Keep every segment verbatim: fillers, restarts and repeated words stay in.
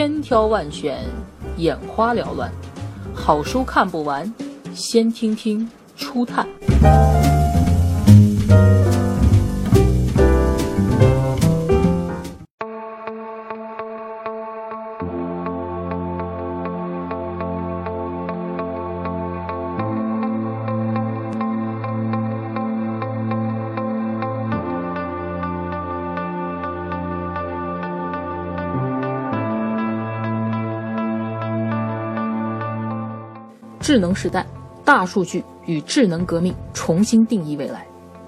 千挑万选，眼花缭乱，好书看不完，先听听初探。智能时代，大数据与智能革命重新定义未来。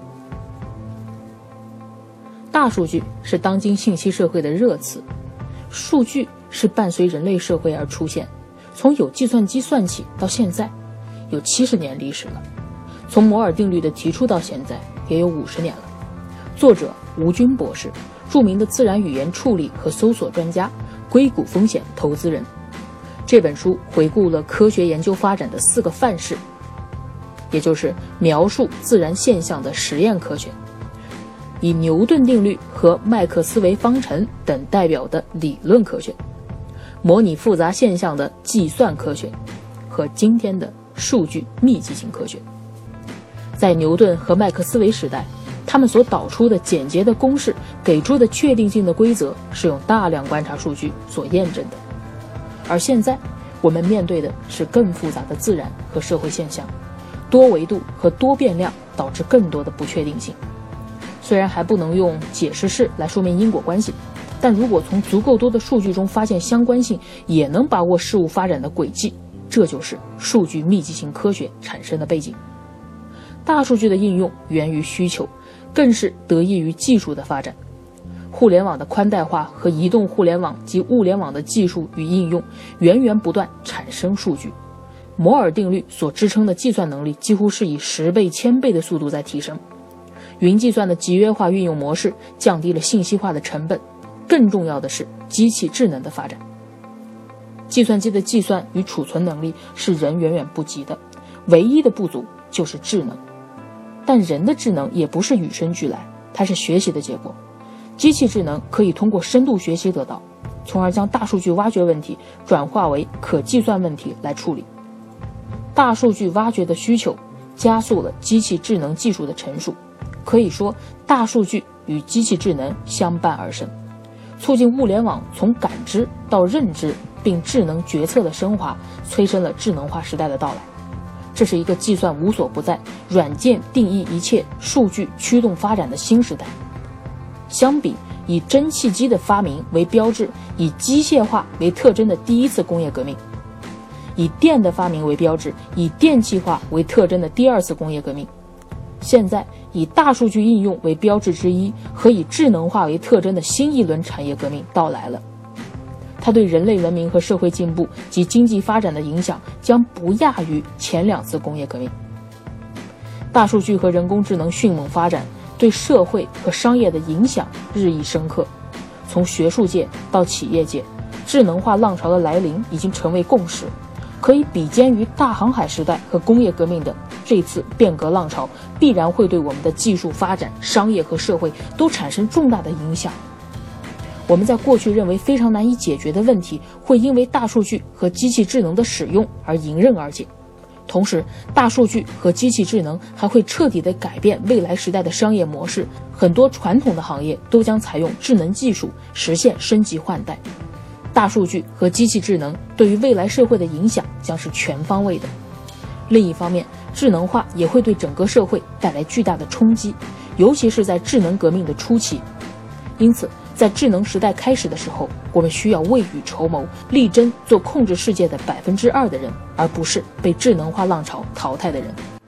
大数据是当今信息社会的热词，数据是伴随人类社会而出现，从有计算机算起到现在，有七十年历史了。从摩尔定律的提出到现在，也有五十年了。作者吴军博士，著名的自然语言处理和搜索专家，硅谷风险投资人。这本书回顾了科学研究发展的四个范式，也就是描述自然现象的实验科学，以牛顿定律和麦克斯韦方程等代表的理论科学，模拟复杂现象的计算科学，和今天的数据密集型科学。在牛顿和麦克斯韦时代，他们所导出的简洁的公式给出的确定性的规则是用大量观察数据所验证的。而现在我们面对的是更复杂的自然和社会现象，多维度和多变量导致更多的不确定性。虽然还不能用解释式来说明因果关系，但如果从足够多的数据中发现相关性，也能把握事物发展的轨迹，这就是数据密集型科学产生的背景。大数据的应用源于需求，更是得益于技术的发展。互联网的宽带化和移动互联网及物联网的技术与应用源源不断产生数据。摩尔定律所支撑的计算能力几乎是以十倍、千倍的速度在提升。云计算的集约化运用模式降低了信息化的成本。更重要的是机器智能的发展。计算机的计算与储存能力是人远远不及的，唯一的不足就是智能。但人的智能也不是与生俱来，它是学习的结果。机器智能可以通过深度学习得到，从而将大数据挖掘问题转化为可计算问题来处理。大数据挖掘的需求加速了机器智能技术的成熟，可以说大数据与机器智能相伴而生，促进物联网从感知到认知并智能决策的升华，催生了智能化时代的到来。这是一个计算无所不在、软件定义一切、数据驱动发展的新时代。相比以蒸汽机的发明为标志、以机械化为特征的第一次工业革命，以电的发明为标志、以电气化为特征的第二次工业革命，现在以大数据应用为标志之一和以智能化为特征的新一轮产业革命到来了。它对人类文明和社会进步及经济发展的影响将不亚于前两次工业革命。大数据和人工智能迅猛发展，对社会和商业的影响日益深刻。从学术界到企业界，智能化浪潮的来临已经成为共识。可以比肩于大航海时代和工业革命的这次变革浪潮，必然会对我们的技术发展、商业和社会都产生重大的影响。我们在过去认为非常难以解决的问题，会因为大数据和机器智能的使用而迎刃而解。同时，大数据和机器智能还会彻底地改变未来时代的商业模式，很多传统的行业都将采用智能技术实现升级换代。大数据和机器智能对于未来社会的影响将是全方位的。另一方面，智能化也会对整个社会带来巨大的冲击，尤其是在智能革命的初期。因此，在智能时代开始的时候，我们需要未雨绸缪，力争做控制世界的百分之二的人，而不是被智能化浪潮淘汰的人。